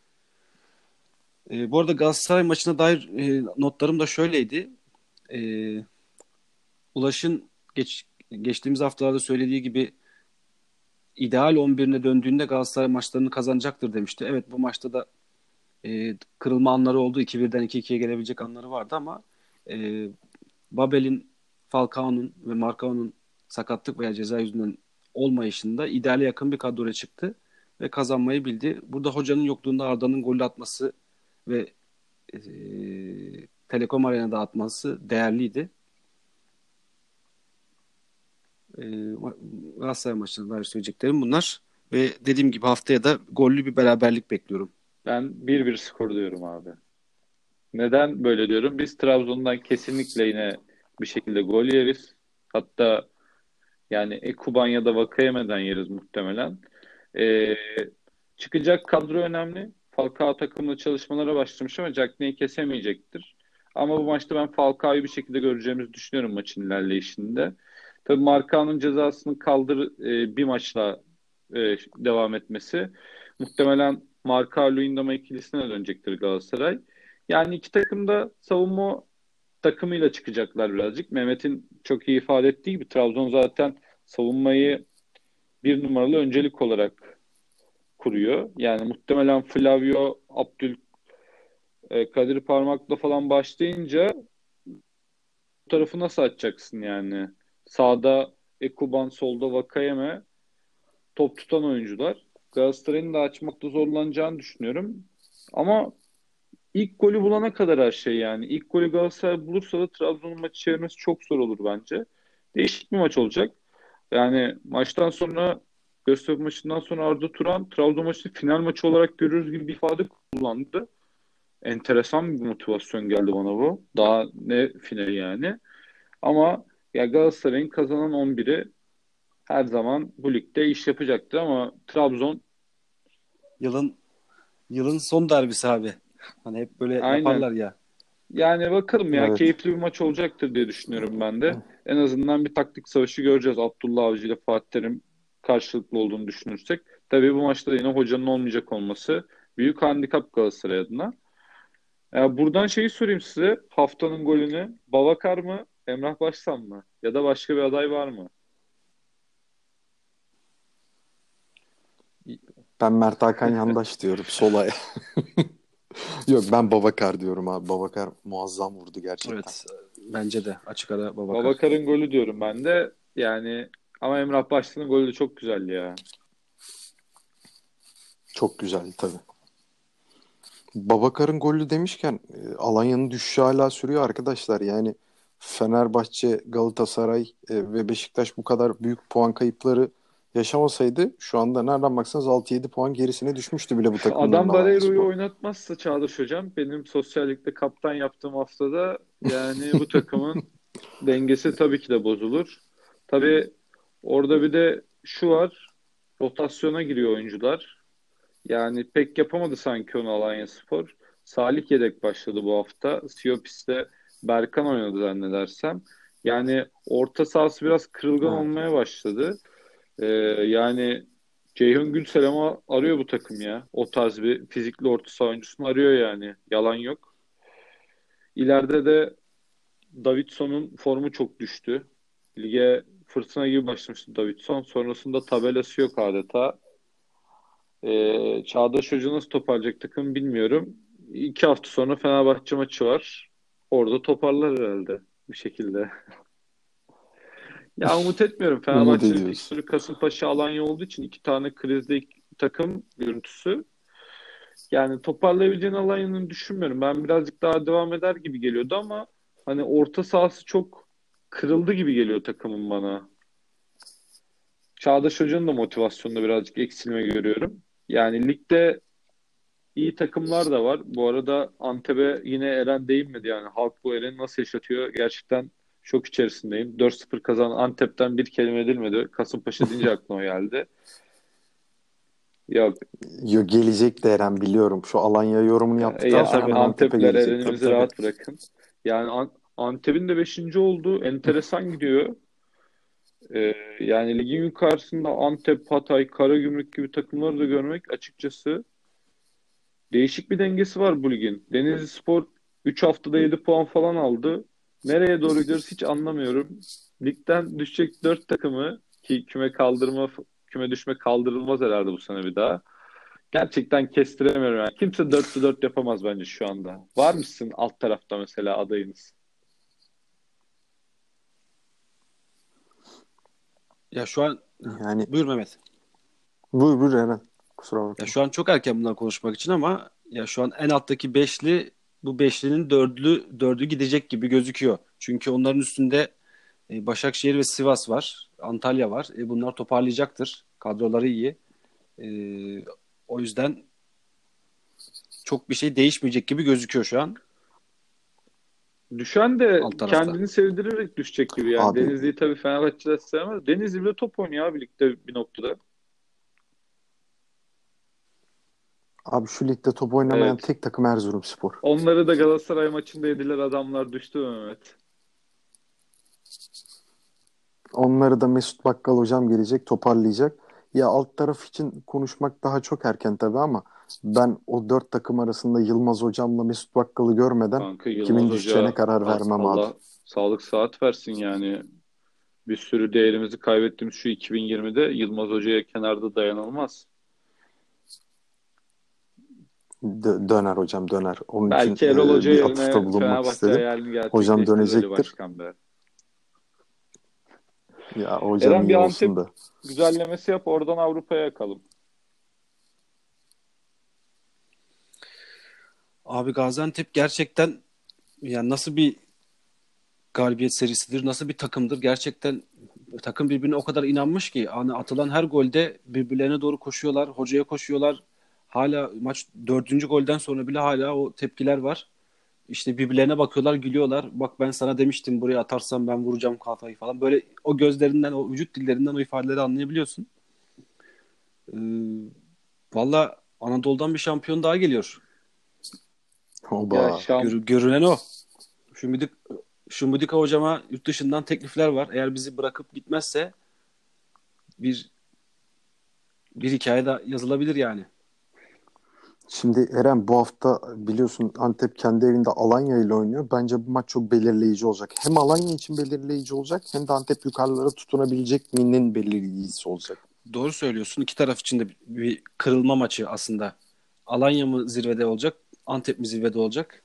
Ee, bu arada Galatasaray maçına dair e, notlarım da şöyleydi. Ee, Ulaş'ın geç, geçtiğimiz haftalarda söylediği gibi ideal on birine döndüğünde Galatasaray maçlarını kazanacaktır demişti. Evet, bu maçta da e, kırılma anları oldu. iki birden iki ikiye gelebilecek anları vardı ama e, Babel'in, Falcao'nun ve Marcao'nun sakatlık veya ceza yüzünden olmayışında ideale yakın bir kadroya çıktı ve kazanmayı bildi. Burada hocanın yokluğunda Arda'nın golü atması ve e, Telekom Arena'da atması değerliydi. E, Galatasaray maçına dair söyleyeceklerim bunlar. Ve dediğim gibi haftaya da gollü bir beraberlik bekliyorum. Ben bir bir skor diyorum abi. Neden böyle diyorum? Biz Trabzon'dan kesinlikle yine bir şekilde gol yeriz. Hatta yani Ekuban ya da Vakayeme'den yeriz muhtemelen. Ee, Çıkacak kadro önemli. Falcao takımla çalışmalara başlamış ama Cagney'i kesemeyecektir. Ama bu maçta ben Falcao'yu bir şekilde göreceğimizi düşünüyorum maçın ilerleyişinde. Tabii Marcao'nun cezasını kaldır e, bir maçla e, devam etmesi. Muhtemelen Marcao Luyendama ikilisine dönecektir Galatasaray. Yani iki takım da savunma takımıyla çıkacaklar birazcık. Mehmet'in çok iyi ifade ettiği gibi Trabzon zaten savunmayı bir numaralı öncelik olarak kuruyor. Yani muhtemelen Flavio, Abdül e, Kadir Parmak'la falan başlayınca bu tarafı nasıl açacaksın yani? Sağda Ekuban, solda Vakayeme, top tutan oyuncular. Galatasaray'ın da açmakta zorlanacağını düşünüyorum. Ama ilk golü bulana kadar her şey yani. İlk golü Galatasaray bulursa da Trabzon'un maçı çevirmesi çok zor olur bence. Değişik bir maç olacak. Yani maçtan sonra Göztepe maçından sonra Arda Turan Trabzon maçını final maçı olarak görürüz gibi bir ifade kullandı. enteresan bir motivasyon geldi bana bu. Daha ne final yani. Ama ya Galatasaray'ın kazanan on biri her zaman bu ligde iş yapacaktır ama Trabzon Yılın yılın son derbisi abi. Hani hep böyle aynen. yaparlar ya. Yani bakalım ya, Evet. keyifli bir maç olacaktır diye düşünüyorum ben de. En azından bir taktik savaşı göreceğiz. Abdullah Avcı ile Fatih Terim karşılıklı olduğunu düşünürsek. Tabii bu maçta da yine hocanın olmayacak olması büyük handikap Galatasaray adına. Ya buradan şeyi sorayım size. Haftanın golünü Babakar mı, Emrah Başsan mı? Ya da başka bir aday var mı? Ben Mert Hakan Yandaş diyorum solaya. Yok, ben Babakar diyorum abi. Babakar muazzam vurdu gerçekten. Evet. Bence de açık ara Babakar. Babakar'ın golü diyorum ben de. Yani ama Emrah Başsan'ın golü de çok güzeldi ya. Çok güzeldi tabii. Babakar'ın golü demişken e, Alanya'nın düşüşü hala sürüyor arkadaşlar. Yani Fenerbahçe, Galatasaray e, ve Beşiktaş bu kadar büyük puan kayıpları yaşamasaydı şu anda nereden baksanız altı yedi puan gerisine düşmüştü bile bu takımların Adam Barreiro'yu Alanyaspor. oynatmazsa Çağdaş Hocam, benim sosyallikte kaptan yaptığım haftada yani bu takımın dengesi tabii ki de bozulur. Tabii orada bir de şu var, rotasyona giriyor oyuncular. Yani pek yapamadı sanki onu Alanyaspor. Salih yedek başladı bu hafta. Siopis'te Berkan oynadı zannedersem. Yani orta sahası biraz kırılgan Evet. olmaya başladı. Ee, yani Ceyhun Gülselam'ı arıyor bu takım ya. O tarz bir fizikli orta saha oyuncusunu arıyor yani. Yalan yok. İleride de Davidson'un formu çok düştü. Lige fırtına gibi başlamıştı Davidson. Sonrasında tabelası yok adeta. Ee, Çağdaş Hoca nasıl toparlayacak takım bilmiyorum. İki hafta sonra Fenerbahçe maçı var. Orada toparlar herhalde bir şekilde. Ya umut etmiyorum. Umut Fenerbahçe'nin ediyoruz. fikstürü Kasımpaşa, Alanya olduğu için iki tane krizde iki takım görüntüsü. Yani toparlayabileceğini Alanya'nın düşünmüyorum. Ben birazcık daha devam eder gibi geliyordu ama hani orta sahası çok kırıldı gibi geliyor takımın bana. Çağdaş Hoca'nın da motivasyonunda birazcık eksilme görüyorum. Yani ligde iyi takımlar da var. Bu arada Antep'e yine Eren değinmedi yani. Halk bu Eren'i nasıl yaşatıyor? Gerçekten şok içerisindeyim. dört sıfır kazanan Antep'ten bir kelime edilmedi. Kasımpaşa deyince aklıma geldi. Yok Yo, gelecek de Eren, biliyorum. Şu Alanya yorumunu ya, yaptıktan ya sonra hemen Antep'e Antep'ler gelecek. Tabii Eren'imizi tabii. rahat bırakın. Yani An- Antep'in de beşinci olduğu enteresan gidiyor. Ee, yani ligin yukarısında Antep, Hatay, Karagümrük gibi takımları da görmek açıkçası değişik bir dengesi var bu ligin. Denizlispor üç haftada yedi puan falan aldı. Nereye doğru gidiyoruz hiç anlamıyorum. Ligden düşecek dört takımı, ki küme kaldırma küme düşme kaldırılmaz herhalde bu sene bir daha. Gerçekten kestiremiyorum yani. Kimse dörtte dört yapamaz bence şu anda. Var mısın alt tarafta mesela adayınız? Ya şu an Yani buyur Mehmet. buyur buyur Eren. Kusura Ya bakma. şu an çok erken bundan konuşmak için ama ya şu an en alttaki beşli bu beşlinin dördlü dördü gidecek gibi gözüküyor. Çünkü onların üstünde e, Başakşehir ve Sivas var. Antalya var. E, bunlar toparlayacaktır. Kadroları iyi. E, O yüzden çok bir şey değişmeyecek gibi gözüküyor şu an Düşen de alt tarafta. kendini sevdirerek düşecek gibi yani. Abi Denizli'yi tabii Fenerbahçe'de sevmez. Denizli bile top oynuyor abi ligde bir noktada. abi şu ligde top oynamayan Evet. tek takım Erzurumspor. Onları da Galatasaray maçında yediler, adamlar düştü mü Mehmet? Onları da Mesut Bakkal hocam gelecek, toparlayacak. Ya alt taraf için konuşmak daha çok erken tabii ama ben o dört takım arasında Yılmaz hocamla Mesut Bakkal'ı görmeden Kanka Yılmaz kimin düşeceğine Hoca, karar A- vermem abi. Allah sağlık saat versin yani. Bir sürü değerimizi kaybettiğimiz şu iki bin yirmide Yılmaz Hoca'ya kenarda dayanılmaz. Dö- döner hocam, döner. Onun için Belki Erol Hoca e, bir atıfta yerine bulunmak Fenerbahçe istedim. hayalini Hocam gerçekleştirmeli dönecektir. başkan be. Ya hocam Eren bir iyi olsun Antep da. güzellemesi yap, oradan Avrupa'ya yakalım. Abi Gaziantep gerçekten yani nasıl bir galibiyet serisidir, nasıl bir takımdır gerçekten takım birbirine o kadar inanmış ki hani atılan her golde birbirlerine doğru koşuyorlar, hocaya koşuyorlar. hala maç dördüncü golden sonra bile hala o tepkiler var. İşte birbirlerine bakıyorlar, gülüyorlar. Bak ben sana demiştim buraya atarsam ben vuracağım kafayı falan. Böyle o gözlerinden, o vücut dillerinden o ifadeleri anlayabiliyorsun. Ee, Valla Anadolu'dan bir şampiyon daha geliyor. Ya Oba. şam Gör, görünen o. Şumbüdük, Şumbüdük hocama yurt dışından teklifler var. Eğer bizi bırakıp gitmezse bir bir hikaye daha yazılabilir yani. Şimdi Eren, bu hafta biliyorsun Antep kendi evinde Alanya ile oynuyor. Bence bu maç çok belirleyici olacak. Hem Alanya için belirleyici olacak hem de Antep yukarılara tutunabilecek minin belirleyicisi olacak. Doğru söylüyorsun. İki taraf için de bir, bir kırılma maçı aslında. Alanya mı zirvede olacak, Antep mi zirvede olacak?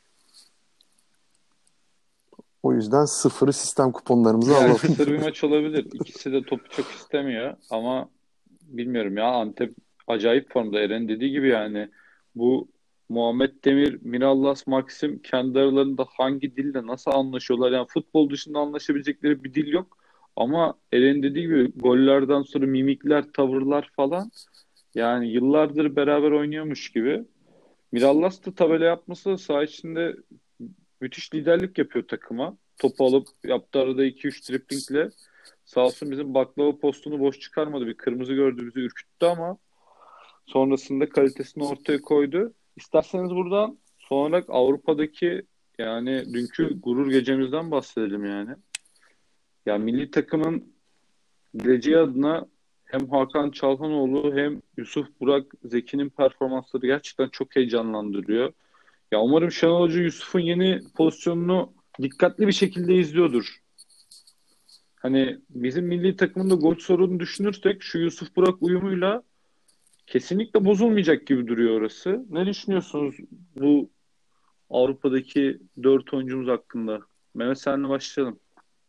O yüzden sıfırı sistem kuponlarımıza yani alalım. kısır bir maç olabilir. İkisi de topu çok istemiyor ama bilmiyorum ya, Antep acayip formda, Eren dediği gibi yani. Bu Muhammed Demir, Mirallas, Maxim kendi aralarında hangi dille nasıl anlaşıyorlar? Yani futbol dışında anlaşabilecekleri bir dil yok. Ama Eren dediği gibi gollerden sonra mimikler, tavırlar falan, yani yıllardır beraber oynuyormuş gibi. Mirallas da tabela yapması saha içinde müthiş liderlik yapıyor takıma. Topu alıp yaptığı arada iki üç driplingle sağ olsun bizim baklava postunu boş çıkarmadı. Bir kırmızı gördü, bizi ürküttü ama sonrasında kalitesini ortaya koydu. İsterseniz buradan son olarak Avrupa'daki, yani dünkü gurur gecemizden bahsedelim yani. Ya milli takımın geleceği adına hem Hakan Çalhanoğlu hem Yusuf Burak Zeki'nin performansları gerçekten çok heyecanlandırıyor. Ya umarım Şenol Hoca Yusuf'un yeni pozisyonunu dikkatli bir şekilde izliyordur. Hani bizim milli takımın da gol sorunu düşünürsek şu Yusuf Burak uyumuyla kesinlikle bozulmayacak gibi duruyor orası. Ne düşünüyorsunuz bu Avrupa'daki dört oyuncumuz hakkında? Mehmet, senle başlayalım.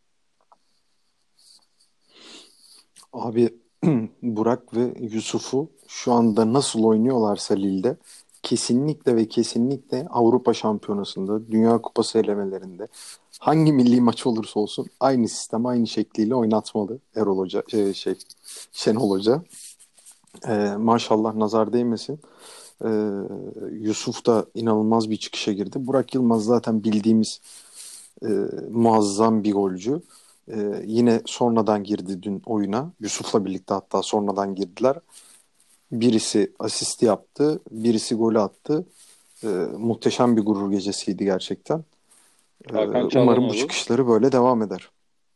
Abi Burak ve Yusuf'u şu anda nasıl oynuyorlarsa Lille'de kesinlikle ve kesinlikle Avrupa Şampiyonası'nda, Dünya Kupası elemelerinde hangi milli maç olursa olsun aynı sistem, aynı şekliyle oynatmalı Erol Hoca, şey, şey Şenol Hoca. Ee, maşallah nazar değmesin. Ee, Yusuf da inanılmaz bir çıkışa girdi. Burak Yılmaz zaten bildiğimiz e, muazzam bir golcü. Ee, yine sonradan girdi dün oyuna. Yusuf'la birlikte hatta sonradan girdiler. Birisi asisti yaptı, birisi golü attı. Ee, muhteşem bir gurur gecesiydi gerçekten. Ee, Hakan umarım bu Çalhanoğlu. çıkışları böyle devam eder.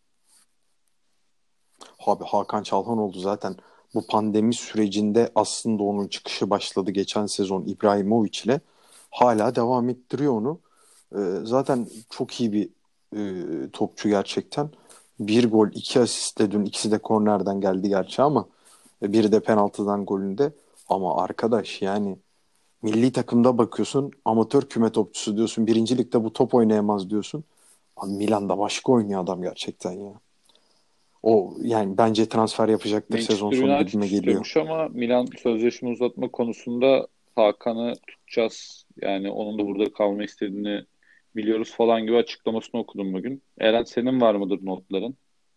Abi Hakan Çalhanoğlu zaten bu pandemi sürecinde aslında onun çıkışı başladı geçen sezon İbrahimovic ile. Hala devam ettiriyor onu. Ee, zaten çok iyi bir e, topçu gerçekten. Bir gol, iki asist de dün, ikisi de kornerden geldi gerçi ama e, biri de penaltıdan golünde. Ama arkadaş yani milli takımda bakıyorsun amatör küme topçusu diyorsun. Birinci ligde bu top oynayamaz diyorsun. Abi Milan'da başka oynuyor adam gerçekten ya. O yani bence transfer yapacaktır sezon Manchester sonu United gibime geliyor. istiyormuş ama Milan sözleşme uzatma konusunda Hakan'ı tutacağız, yani onun da burada kalma istediğini biliyoruz falan gibi açıklamasını okudum bugün. Eren, senin var mıdır notların?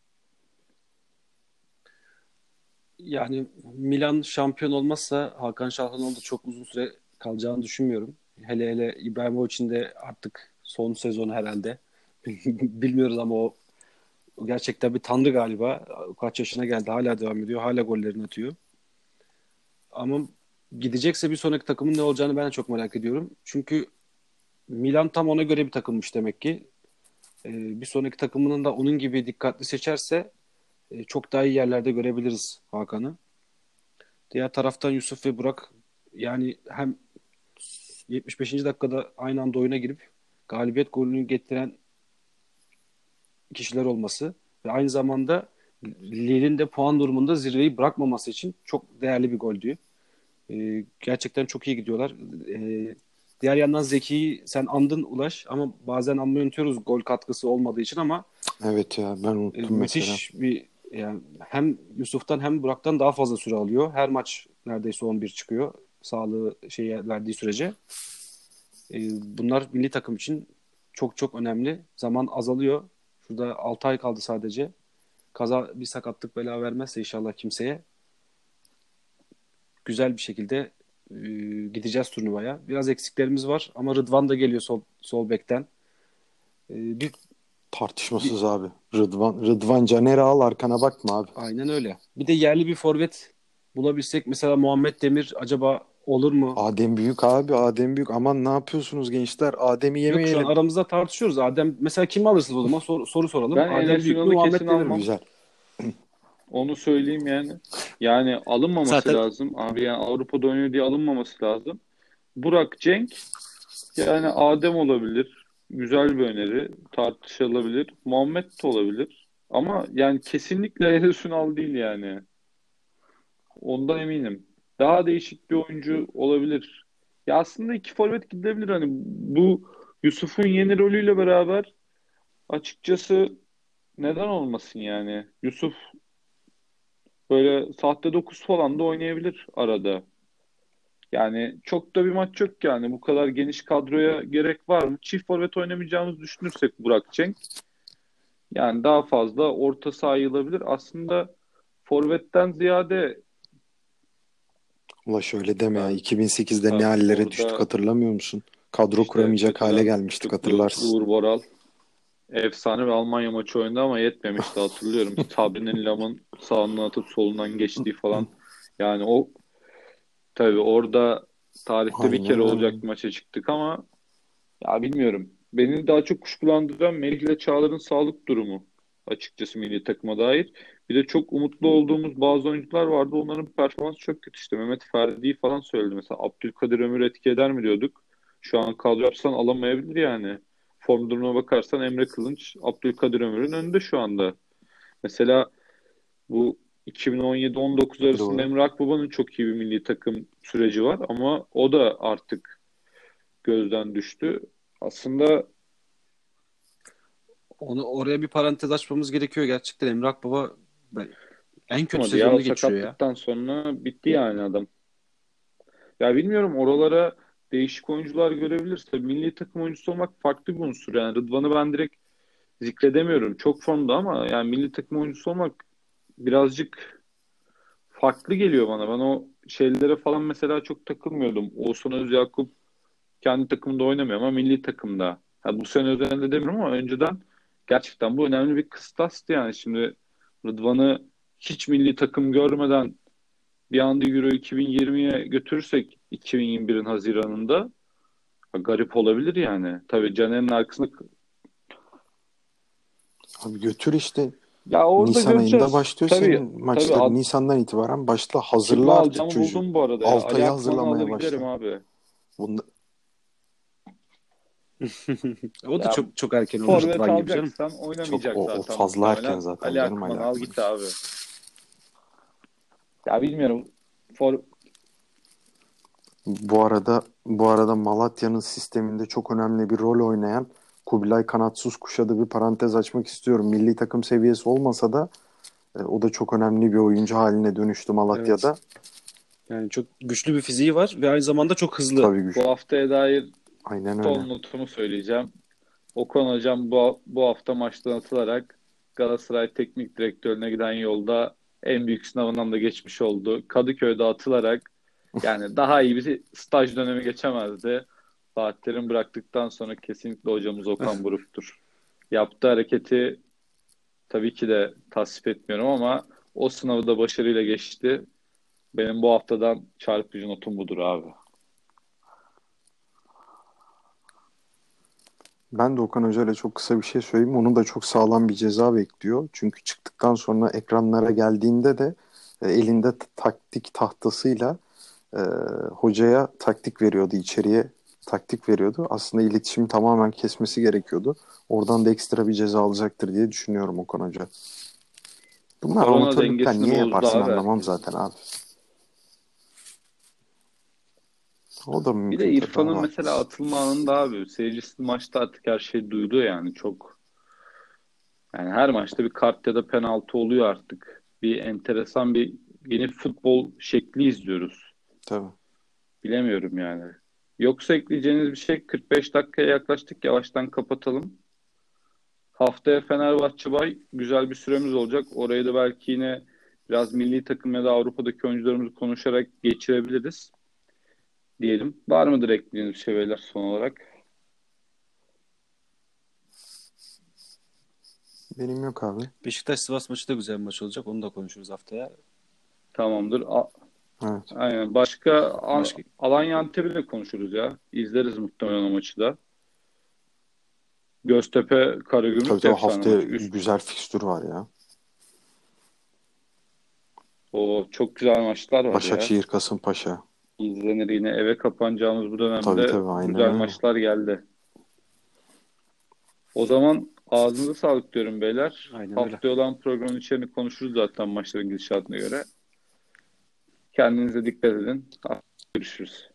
Yani Milan şampiyon olmazsa Hakan Çalhanoğlu da çok uzun süre kalacağını düşünmüyorum. Hele hele İbrahimovic'in de artık son sezonu herhalde. Bilmiyoruz ama o, o gerçekten bir tanrı galiba. Kaç yaşına geldi hala devam ediyor. Hala gollerini atıyor. Ama gidecekse bir sonraki takımın ne olacağını ben de çok merak ediyorum. Çünkü Milan tam ona göre bir takımmış demek ki. Ee, bir sonraki takımının da onun gibi dikkatli seçerse e, çok daha iyi yerlerde görebiliriz Hakan'ı. Diğer taraftan Yusuf ve Burak yani hem yetmiş beşinci dakikada aynı anda oyuna girip galibiyet golünü getiren kişiler olması ve aynı zamanda Lille'in de puan durumunda zirveyi bırakmaması için çok değerli bir goldü. Ee, gerçekten çok iyi gidiyorlar. Ee, diğer yandan Zeki'yi sen andın Ulaş ama bazen anmayı unutuyoruz gol katkısı olmadığı için ama Evet ya ben e, unuttum mesela. müthiş bir yani hem Yusuf'tan hem Burak'tan daha fazla süre alıyor. Her maç neredeyse on bir çıkıyor. Sağlığı şeye verdiği sürece. E, bunlar milli takım için çok çok önemli. Zaman azalıyor. Şurada altı ay kaldı sadece. Kaza bir sakatlık bela vermezse inşallah kimseye güzel bir şekilde Ee, gideceğiz turnuvaya. Biraz eksiklerimiz var ama Rıdvan da geliyor sol, sol bekten. Ee, bir, bir Tartışmasız abi. Rıdvan, Rıdvan Caner'i al arkana bakma abi. aynen öyle. Bir de yerli bir forvet bulabilsek mesela Muhammed Demir acaba olur mu? Adem Büyük abi, Adem Büyük. Aman ne yapıyorsunuz gençler? Adem'i Yok şu an yemeyelim. aramızda tartışıyoruz. Adem mesela kimi alırsınız o zaman? Sor- soru soralım. Ben Adem Enes Büyük mü Ünal'ı Muhammed kesin Demir mi? almam. Güzel. Onu söyleyeyim yani. Yani alınmaması Zaten lazım. Abi yani Avrupa'da oynuyor diye alınmaması lazım. Burak Cenk yani Adem olabilir. Güzel bir öneri. Tartışılabilir. Muhammed de olabilir. Ama yani kesinlikle Enes Ünal değil yani. Ondan eminim. Daha değişik bir oyuncu olabilir. Ya aslında iki forvet gidebilir. Hani bu Yusuf'un yeni rolüyle beraber açıkçası neden olmasın yani? Yusuf böyle sahte dokuz falan da oynayabilir arada. Yani çok da bir maç yok yani. Bu kadar geniş kadroya gerek var mı? Çift forvet oynamayacağımızı düşünürsek Burak Cenk. Yani daha fazla orta saha yayılabilir. Aslında forvetten ziyade Ula şöyle deme ya. ben iki bin sekizde ne abi hallere düştük orada hatırlamıyor musun? Kadro işte kuramayacak hale kötüden gelmiştik tutuklu hatırlarsın. Uğur Boral efsane bir Almanya maçı oynadı ama yetmemişti hatırlıyorum. Sabri'nin Lam'ın sağından atıp solundan geçtiği falan. Yani o tabii orada tarihte bir kere Aynen olacak öyle. bir maça çıktık ama ya bilmiyorum. Beni daha çok kuşkulandıran Melih ile Çağlar'ın sağlık durumu açıkçası milli takıma dair. Bir de çok umutlu olduğumuz bazı oyuncular vardı. Onların performansı çok kötü işte. Mehmet Ferdi'yi falan söyledi. Mesela Abdülkadir Ömür etki eder mi diyorduk. Şu an kadro yapsan alamayabilir yani. Form durumuna bakarsan Emre Kılınç, Abdülkadir Ömür'ün önünde şu anda. Mesela bu iki bin on yedi on dokuz arasında Doğru. Emre Akbaba'nın çok iyi bir milli takım süreci var ama o da artık gözden düştü. Aslında onu oraya bir parantez açmamız gerekiyor. Gerçekten Emre Akbaba ben- en kötü tutmadı ya. O sezonunu geçiriyor ya. sakatlıktan sonra bitti yani adam. Ya bilmiyorum oralara değişik oyuncular görebiliriz. Tabii milli takım oyuncusu olmak farklı bir unsur. Yani Rıdvan'ı ben direkt zikredemiyorum. Çok formda ama yani milli takım oyuncusu olmak birazcık farklı geliyor bana. Ben o şeylere falan mesela çok takılmıyordum. Oğuzhan Özyakup kendi takımında oynamıyor ama milli takımda. Ha, bu sene özelinde demiyorum ama önceden gerçekten bu önemli bir kıstastı yani. Şimdi Rıdvan'ı hiç milli takım görmeden bir anda Euro iki bin yirmiye götürürsek iki bin yirmi birin Haziran'ında ha, garip olabilir yani. Tabii Caner'in arkasında Abi götür işte. ya orada Nisan ayında göreceğiz. başlıyor Tabii senin tabii maçların. ad- Nisan'dan itibaren başla. kimi Hazırla artık alacağımı çocuğu. buldum bu arada ya. Ali Altay'ı Akman'ı alır hazırlamaya giderim başla. abi. Bunda, O da Ya çok çok erken olur forvet Rıdvan gibi canım. alacaksan çok oynamayacak o, o zaten fazla erken muhtemelen. zaten Ali canım Ali Akman'ı al Akman git için. abi. Ya bilmiyorum. For, Bu arada bu arada Malatya'nın sisteminde çok önemli bir rol oynayan Kubilay Kanatsuz Kuş'a da bir parantez açmak istiyorum. Milli takım seviyesi olmasa da e, o da çok önemli bir oyuncu haline dönüştü Evet. Malatya'da. Yani çok güçlü bir fiziği var ve aynı zamanda çok hızlı. Tabii bu güç. haftaya dair Aynen öyle. son notumu söyleyeceğim. Okan Hocam bu, bu hafta maçtan atılarak Galatasaray Teknik Direktörüne giden yolda en büyük sınavından da geçmiş oldu. Kadıköy'de atılarak yani daha iyi bir staj dönemi geçemezdi. Fatih Terim bıraktıktan sonra kesinlikle hocamız Okan Buruk'tur. Yaptığı hareketi tabii ki de tasvip etmiyorum ama o sınavı da başarıyla geçti. Benim bu haftadan çarpıcı notum budur abi. Ben de Okan Hoca ile çok kısa bir şey söyleyeyim. Onu da çok sağlam bir ceza bekliyor. Çünkü çıktıktan sonra ekranlara geldiğinde de e, elinde t- taktik tahtasıyla e, hocaya taktik veriyordu, içeriye taktik veriyordu. Aslında iletişimi tamamen kesmesi gerekiyordu. Oradan da ekstra bir ceza alacaktır diye düşünüyorum Okan Hoca. Bunlar Korona amatörlükten dengesini niye bozdu yaparsın abi anlamam herkesin. zaten abi. O da Bir de mümkün tabii abi İrfan'ın mesela haklısın. atılma anında abi seyircisi maçta artık her şey duyuluyor yani çok yani her maçta bir kart ya da penaltı oluyor artık. Bir enteresan bir yeni futbol şekli izliyoruz. Tabii. Bilemiyorum yani. Yoksa ekleyeceğiniz bir şey kırk beş dakikaya yaklaştık yavaştan kapatalım. Haftaya Fenerbahçe Bay güzel bir süremiz olacak. Orayı da belki yine biraz milli takım ya da Avrupa'daki oyuncularımızı konuşarak geçirebiliriz. diyelim. Var mıdır ekleyeceğiniz bir şey beyler son olarak? Benim yok abi. Beşiktaş-Sivas maçı da güzel bir maç olacak. Onu da konuşuruz haftaya. Tamamdır. A- Evet. Aynen. Başka A- Başka Alanya Antep'i de konuşuruz ya. İzleriz muhtemelen o maçı da. Göztepe Tabii Karagümrük de tabii efsane haftaya maç. Üst. güzel fikstür var ya. O çok güzel maçlar var ya. Başakşehir, Kasımpaşa. İzlenir yine eve kapanacağımız bu Tabii dönemde tabii aynen güzel öyle. maçlar geldi. O zaman ağzınıza sağlık diyorum beyler. aynen öyle. Haftaya olan programın içeriğini konuşuruz zaten maçların gidişatına göre. Kendinize dikkat edin. Görüşürüz.